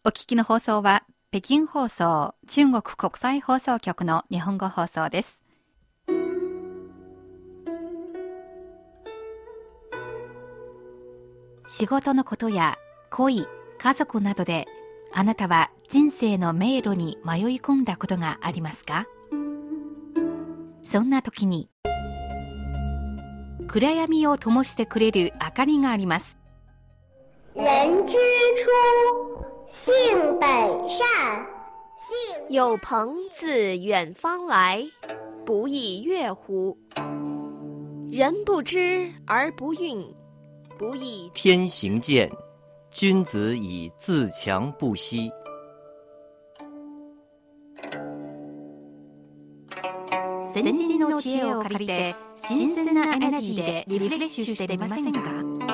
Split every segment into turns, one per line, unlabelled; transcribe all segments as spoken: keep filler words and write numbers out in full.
お聞きの放送は北京放送中国国際放送局の日本語放送です。仕事のことや恋、家族などであなたは人生の迷路に迷い込んだことがありますか？そんな時に暗闇を灯してくれる明かりがあります。
人之初性本善，
有朋自遠方來，不亦樂乎？人不知而不愠，不亦
天行健，君子以自強不息。
先人の知恵を借りて新鮮なエナジーでリフレッシュしてみませんか？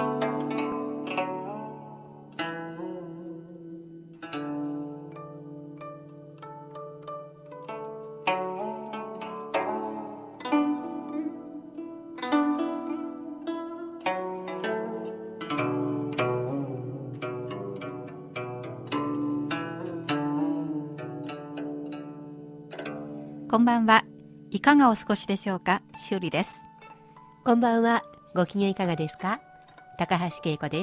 こんばんは。いかがお過ごしでしょうか？しゅうりです。
こんばんは。ご機嫌いかがですか？高橋恵子です。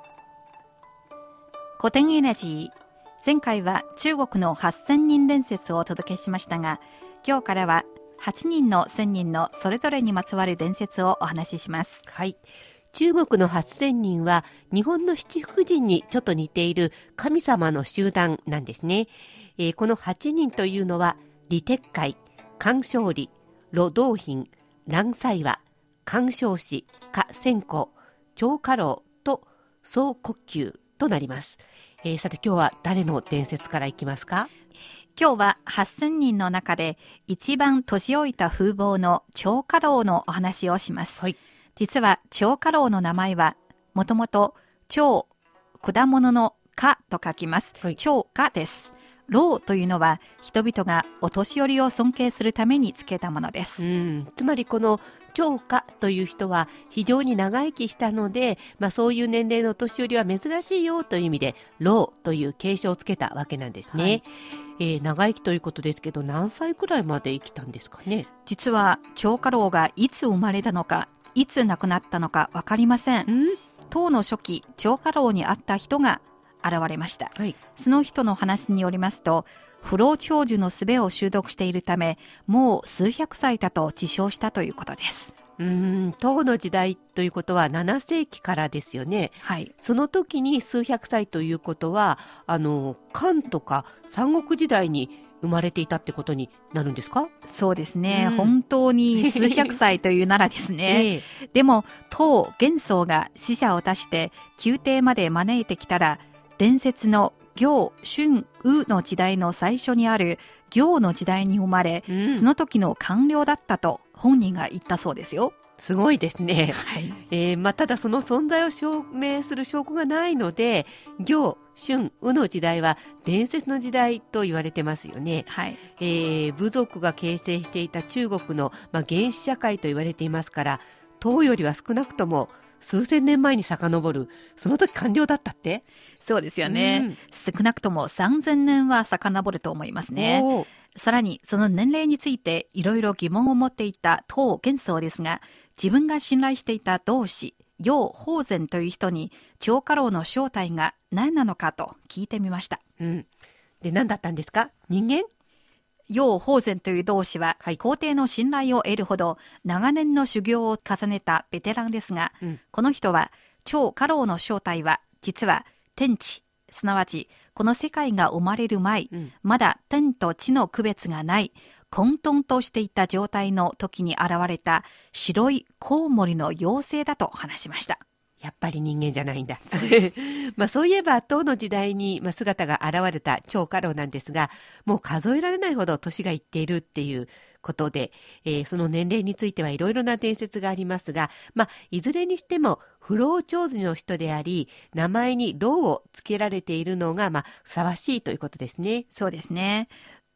古典エナジー。前回は中国のはっせんにん伝説をお届けしましたが、今日からははちにんのせんにんのそれぞれにまつわる伝説をお話しします。
はい。中国のはっせんにんは日本の七福神にちょっと似ている神様の集団なんですね。えー、このはちにんというのは李鉄海、菅昌理、盧道賓、蘭西和、菅昌子、夏先公、張家老と宋国級となります。えー、さて今日は誰の伝説からいきますか？
今日ははっせんにんの中で一番年老いた風貌の張家老のお話をします。はい、実は張家老の名前はもともと張、果物の果と書きます。はい、張家です。老というのは人々がお年寄りを尊敬するためにつけたものです。
うん、つまりこの張家という人は非常に長生きしたので、まあ、そういう年齢のお年寄りは珍しいよという意味で老という敬称をつけたわけなんですね。はい、えー、長生きということですけど何歳くらいまで生きたんですかね？
実は張家老がいつ生まれたのかいつ亡くなったのか分かりません。ん唐の初期張家老に会った人が現れました。はい、その人の話によりますと、不老長寿の術を習得しているため、もう数百歳だと自称したということです。
うーん、唐の時代ということはななせいきからですよね。はい、その時に数百歳ということは、あの漢とか三国時代に生まれていたってことになるんですか？
そうですね、うん、本当に数百歳というならですね、えー、でも唐玄宗が使者を出して宮廷まで招いてきたら、伝説の行春雨の時代の最初にある行の時代に生まれ、うん、その時の官僚だったと本人が言ったそうですよ。
すごいですね。はい、えーまあ、ただその存在を証明する証拠がないので、行春雨の時代は伝説の時代と言われてますよね。はい、えー、部族が形成していた中国の、まあ、原始社会と言われていますから、唐よりは少なくとも数千年前に遡る。その時官僚だったって？
そうですよね。うん、少なくともさんぜんねんは遡ると思いますね。さらにその年齢についていろいろ疑問を持っていた唐玄宗ですが、自分が信頼していた同志楊宝禅という人に張家老の正体が何なのかと聞いてみました。
うん、で何だったんですか？人間？
楊宝禅という同志は、はい、皇帝の信頼を得るほど長年の修行を重ねたベテランですが、うん、この人は張家老の正体は実は天地、すなわちこの世界が生まれる前、うん、まだ天と地の区別がない混沌としていた状態の時に現れた白いコウモリの妖精だと話しました。
やっぱり人間じゃないんだ。そうです。まあそういえば唐の時代に姿が現れた張家老なんですが、もう数えられないほど年がいっているっていうことで、えー、その年齢についてはいろいろな伝説がありますが、まあいずれにしても不老長寿の人であり、名前に老をつけられているのがまあふさわしいということですね。
そうですね。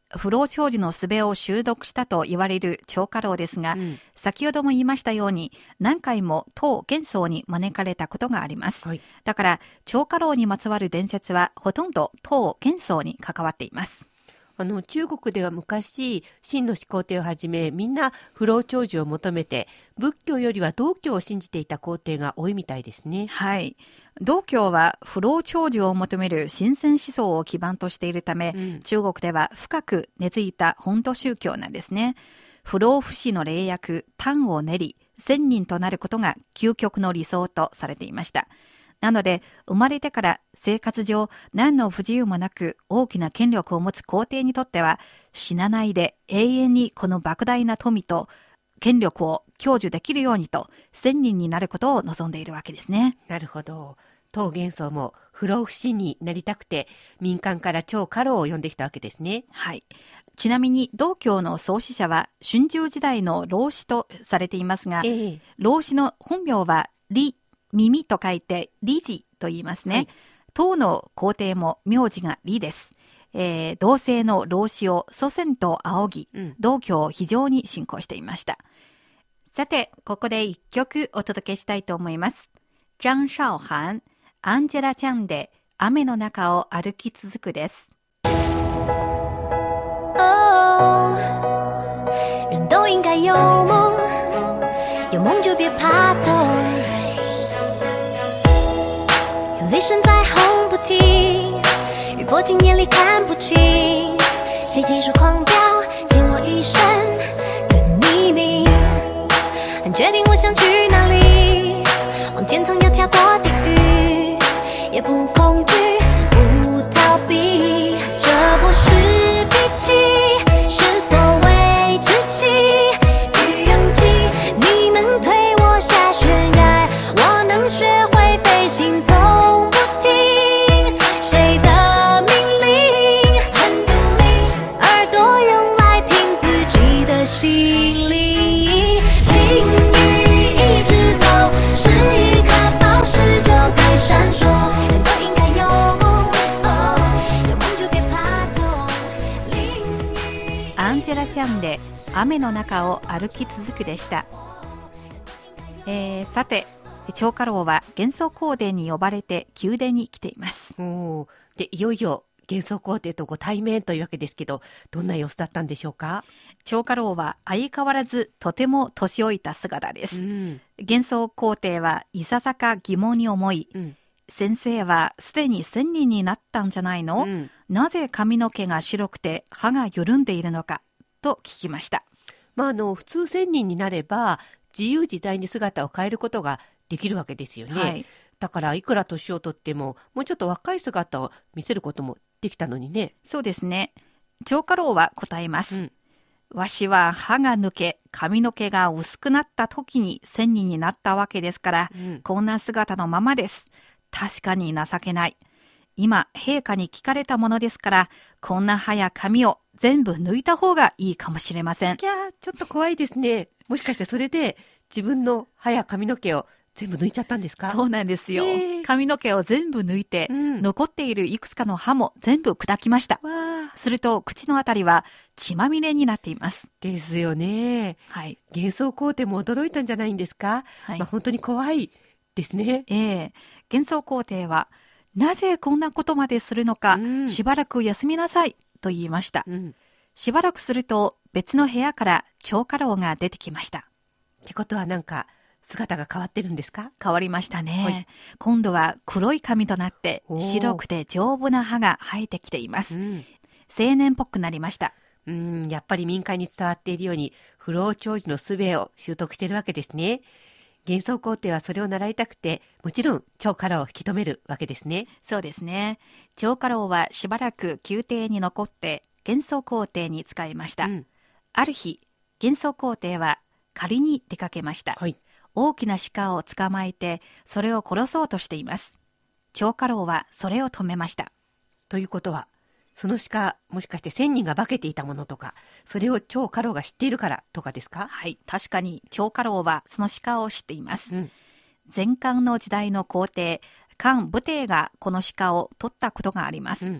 不老長寿の術を習得したと言われる張家老ですが、うん、先ほども言いましたように何回も唐玄宗に招かれたことがあります、はい、だから張家老にまつわる伝説はほとんど唐玄宗に関わっています。
あの中国では昔秦の始皇帝をはじめみんな不老長寿を求めて仏教よりは道教を信じていた皇帝が多いみたいですね。
はい、道教は不老長寿を求める神仙思想を基盤としているため、うん、中国では深く根付いた本土宗教なんですね。不老不死の霊薬丹を練り仙人となることが究極の理想とされていました。なので生まれてから生活上何の不自由もなく大きな権力を持つ皇帝にとっては死なないで永遠にこの莫大な富と権力を享受できるようにと仙人になることを望んでいるわけですね。
なるほど。唐玄宗も不老不死になりたくて民間から張家老を呼んできたわけですね。
はい。ちなみに道教の創始者は春秋時代の老子とされていますが、ええ、老子の本名は李耳と書いて李治と言いますね、はい、唐の皇帝も名字が李です、えー、同姓の老子を祖先と仰ぎ、うん、道教を非常に信仰していました。さてここで一曲お届けしたいと思います。張韶涵アンジェラちゃんで雨の中を歩き続くです。
哦，人都应该有梦，有梦就别怕痛。雷声在轰不停，雨泼进眼里看不清，谁急速狂飙，溅我一身的泥泞。很决定我想去哪里，往天堂要跳过地狱，也不恐惧，不逃避。这不是脾气，是所谓志气与勇气。你能推我下悬崖，我能学会飞行。
ちゃんで雨の中を歩き続くでした、えー、さて張家老は玄宗皇帝に呼ばれて宮殿に来ています。
おでいよいよ玄宗皇帝とご対面というわけですけど、どんな様子だったんでしょうか。
張家老は相変わらずとても年老いた姿です、うん、玄宗皇帝はいささか疑問に思い、うん、先生はすでに仙人になったんじゃないの、うん、なぜ髪の毛が白くて歯が緩んでいるのかと聞きました。
まあ、あの普通仙人になれば自由自在に姿を変えることができるわけですよね、はい、だからいくら年をとってももうちょっと若い姿を見せることもできたのにね。
そうですね。張家老は答えます、うん、わしは歯が抜け髪の毛が薄くなった時に仙人になったわけですから、うん、こんな姿のままです。確かに情けない。今陛下に聞かれたものですから、こんな歯や髪を全部抜いた方がいいかもしれません。
いやちょっと怖いですね。もしかしてそれで自分の歯や髪の毛を全部抜いちゃったんですか。
そうなんですよ、えー、髪の毛を全部抜いて、うん、残っているいくつかの歯も全部砕きました。すると口のあたりは血まみれになっています
ですよね、はい、玄宗皇帝も驚いたんじゃないんですか、はいまあ、本当に怖いですね、
えー、玄宗皇帝はなぜこんなことまでするのか、うん、しばらく休みなさいと言いました、うん、しばらくすると別の部屋から張家老が出てきました。
ってことはなんか姿が変わってるんですか。
変わりましたね、はい、今度は黒い髪となって白くて丈夫な歯が生えてきています、うん、青年っぽくなりました。
うーんやっぱり民間に伝わっているように不老長寿の術を習得しているわけですね。玄宗皇帝はそれを習いたくてもちろん張家老を引き止めるわけですね。
そうですね。張家老はしばらく宮廷に残って玄宗皇帝に仕えました、うん、ある日玄宗皇帝は狩りに出かけました、はい、大きな鹿を捕まえてそれを殺そうとしています。張家老はそれを止めました。
ということはその鹿もしかして仙人が化けていたものとかそれを張家老が知っているからとかですか。
はい、確かに張家老はその鹿を知っています、うん、前漢の時代の皇帝漢武帝がこの鹿を取ったことがあります、うん、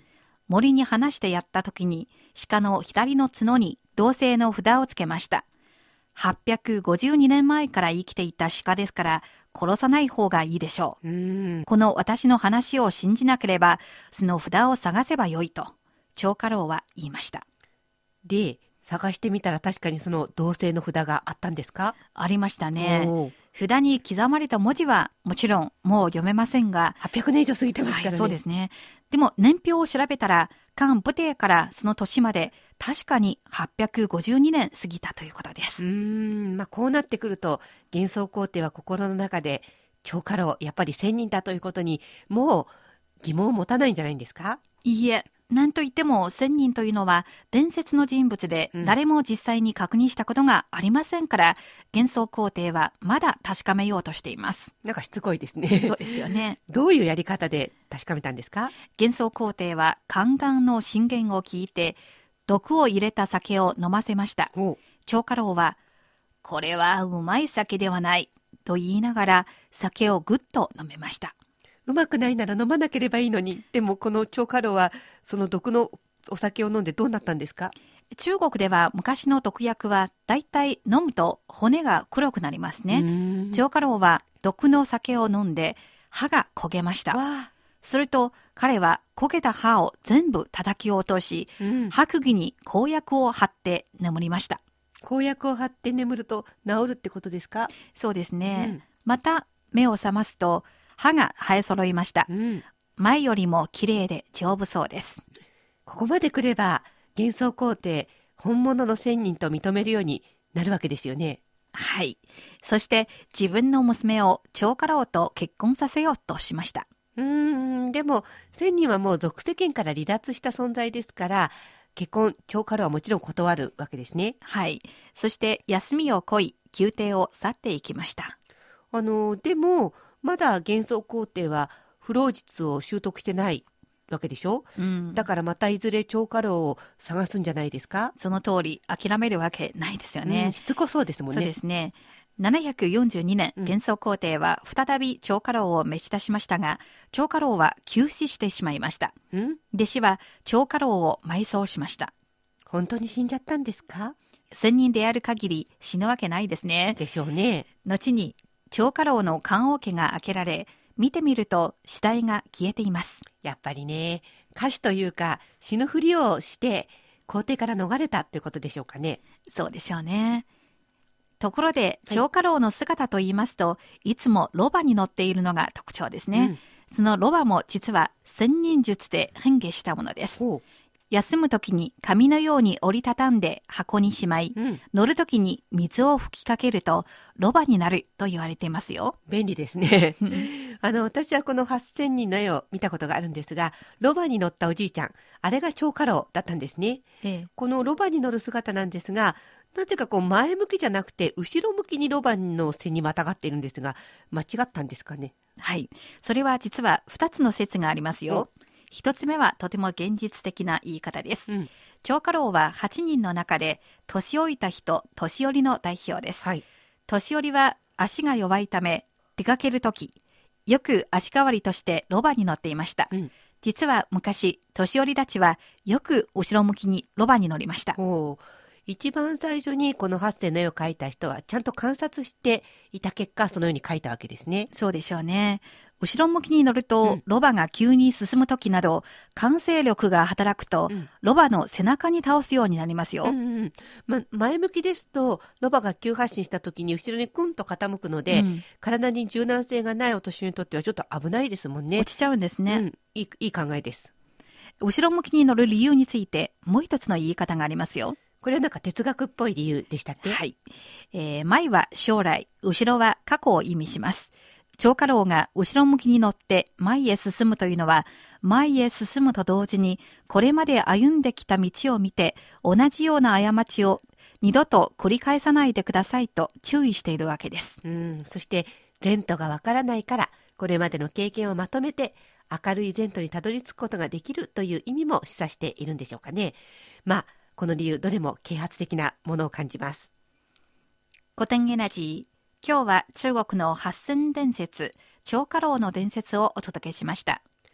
森に放してやった時に鹿の左の角に銅製の札をつけました。はっぴゃくごじゅうにねんまえから生きていた鹿ですから殺さない方がいいでしょう。
うん
この私の話を信じなければその札を探せばよいと張家老は言いました。
で、探してみたら確かにその銅製の札があったんですか？
ありましたね。
おー
札に刻まれた文字はもちろんもう読めませんが、
はっぴゃくねん以上過ぎてますからね。
はい、そうですね。でも年表を調べたら漢武帝からその年まで確かにはっぴゃくごじゅうにねん過ぎたということです。
うーん、まあ、こうなってくると幻想皇帝は心の中で張家老やっぱり仙人だということにもう疑問を持たないんじゃないんですか？
いいえ、なんといっても仙人というのは伝説の人物で、
うん
誰も実際に確認したことがありませんから幻想皇帝はまだ確かめようとしています。
なんかしつこいですね。
そうですよね。
どういうやり方で確かめたんですか？
幻想皇帝は宦官の進言を聞いて毒を入れた酒を飲ませました。
お
張家老はこれはうまい酒ではないと言いながら酒をぐっと飲めました。
うまくないなら飲まなければいいのに。でもこの張家老はその毒のお酒を飲んでどうなったんですか？
中国では昔の毒薬はだいたい飲むと骨が黒くなりますね。
ね
張家老は毒の酒を飲んで歯が焦げました。
わ
すると彼は焦げた歯を全部叩き落とし、
あ、うん、
白牙に香薬を貼って眠りました。
公約を張って眠ると治るってことですか？
そうですね、
うん
また目を覚ますと歯が生え揃いました。
うん
前よりも綺麗で丈夫そうです。
ここまで来れば幻想皇帝本物の仙人と認めるようになるわけですよね。
はい。そして自分の娘を張家老と結婚させようとしました。
うーんでも仙人はもう俗世間から離脱した存在ですから結婚張家老はもちろん断るわけですね。
はい。そして休みをこい宮廷を去っていきました。
あのでもまだ幻想皇帝は不老術を習得してないわけでしょ、
うん、
だからまたいずれ張家老を探すんじゃないですか？
その通り諦めるわけないですよね、
うんしつこそうですもんね。
そうですね。ななひゃくよんじゅうにねん、
うん
幻想皇帝は再び張家老を召し出しましたが、張家老は急死してしまいました。
ん
弟子は張家老を埋葬しました。
本当に死んじゃったんですか？
仙人である限り死ぬわけないですね。
でしょうね。
後に張家老の棺桶が開けられ、見てみると死体が消えています。
やっぱりね歌手というか死ぬふりをして皇帝から逃れたということでしょうかね。
そうでしょうね。ところで張家老の姿といいますと、いつもロバに乗っているのが特徴ですね、うん、そのロバも実は仙人術で変化したものです。休むときに紙のように折りたたんで箱にしまい、うん、乗るときに水を吹きかけるとロバになると言われていますよ。
便利ですねあの私はこのはっせんにんの絵を見たことがあるんですが、ロバに乗ったおじいちゃん、あれが張家老だったんですね、ええ、このロバに乗る姿なんですが、なぜかこう前向きじゃなくて後ろ向きにロバの背にまたがっているんですが、間違ったんですかね？
はい、それは実はふたつの説がありますよ。一つ目はとても現実的な言い方です、うん、張家老ははちにんの中で年老いた人、年寄りの代表です、はい、年寄りは足が弱いため出かけるときよく足代わりとしてロバに乗っていました、うん、実は昔年寄りたちはよく後ろ向きにロバに乗りました。
お一番最初にこのはっせんの絵を描いた人はちゃんと観察していた結果そのように描いたわけですね。
そうでしょうね。後ろ向きに乗ると、うん、ロバが急に進むときなど慣性力が働くと、うん、ロバの背中に倒すようになりますよ、
うんうんま、前向きですとロバが急発進したときに後ろにクンと傾くので、うん、体に柔軟性がないお年寄りにとってはちょっと危ないですもんね。
落ちちゃうんですね、うん、
いい、いい考えです。
後ろ向きに乗る理由についてもう一つの言い方がありますよ。
これはなんか哲学っぽい理由でしたっけ？
はい、えー、前は将来、後ろは過去を意味します。張家老が後ろ向きに乗って前へ進むというのは、前へ進むと同時にこれまで歩んできた道を見て同じような過ちを二度と繰り返さないでくださいと注意しているわけです。
うん、そして前途がわからないからこれまでの経験をまとめて明るい前途にたどり着くことができるという意味も示唆しているんでしょうかね。まあこの理由どれも啓発的なものを感じます。
古典エナジー、今日は中国の八仙伝説、張家老の伝説をお届けしました。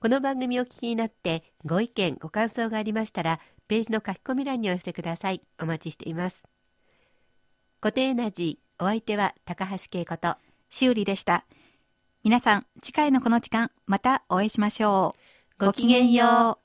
この番組をお聞きになってご意見ご感想がありましたら、ページの書き込み欄にお寄せください。お待ちしています。固定エナジー、お相手は高橋恵子と
しうりでした。皆さん、次回のこの時間またお会いしましょう。ごきげんよう。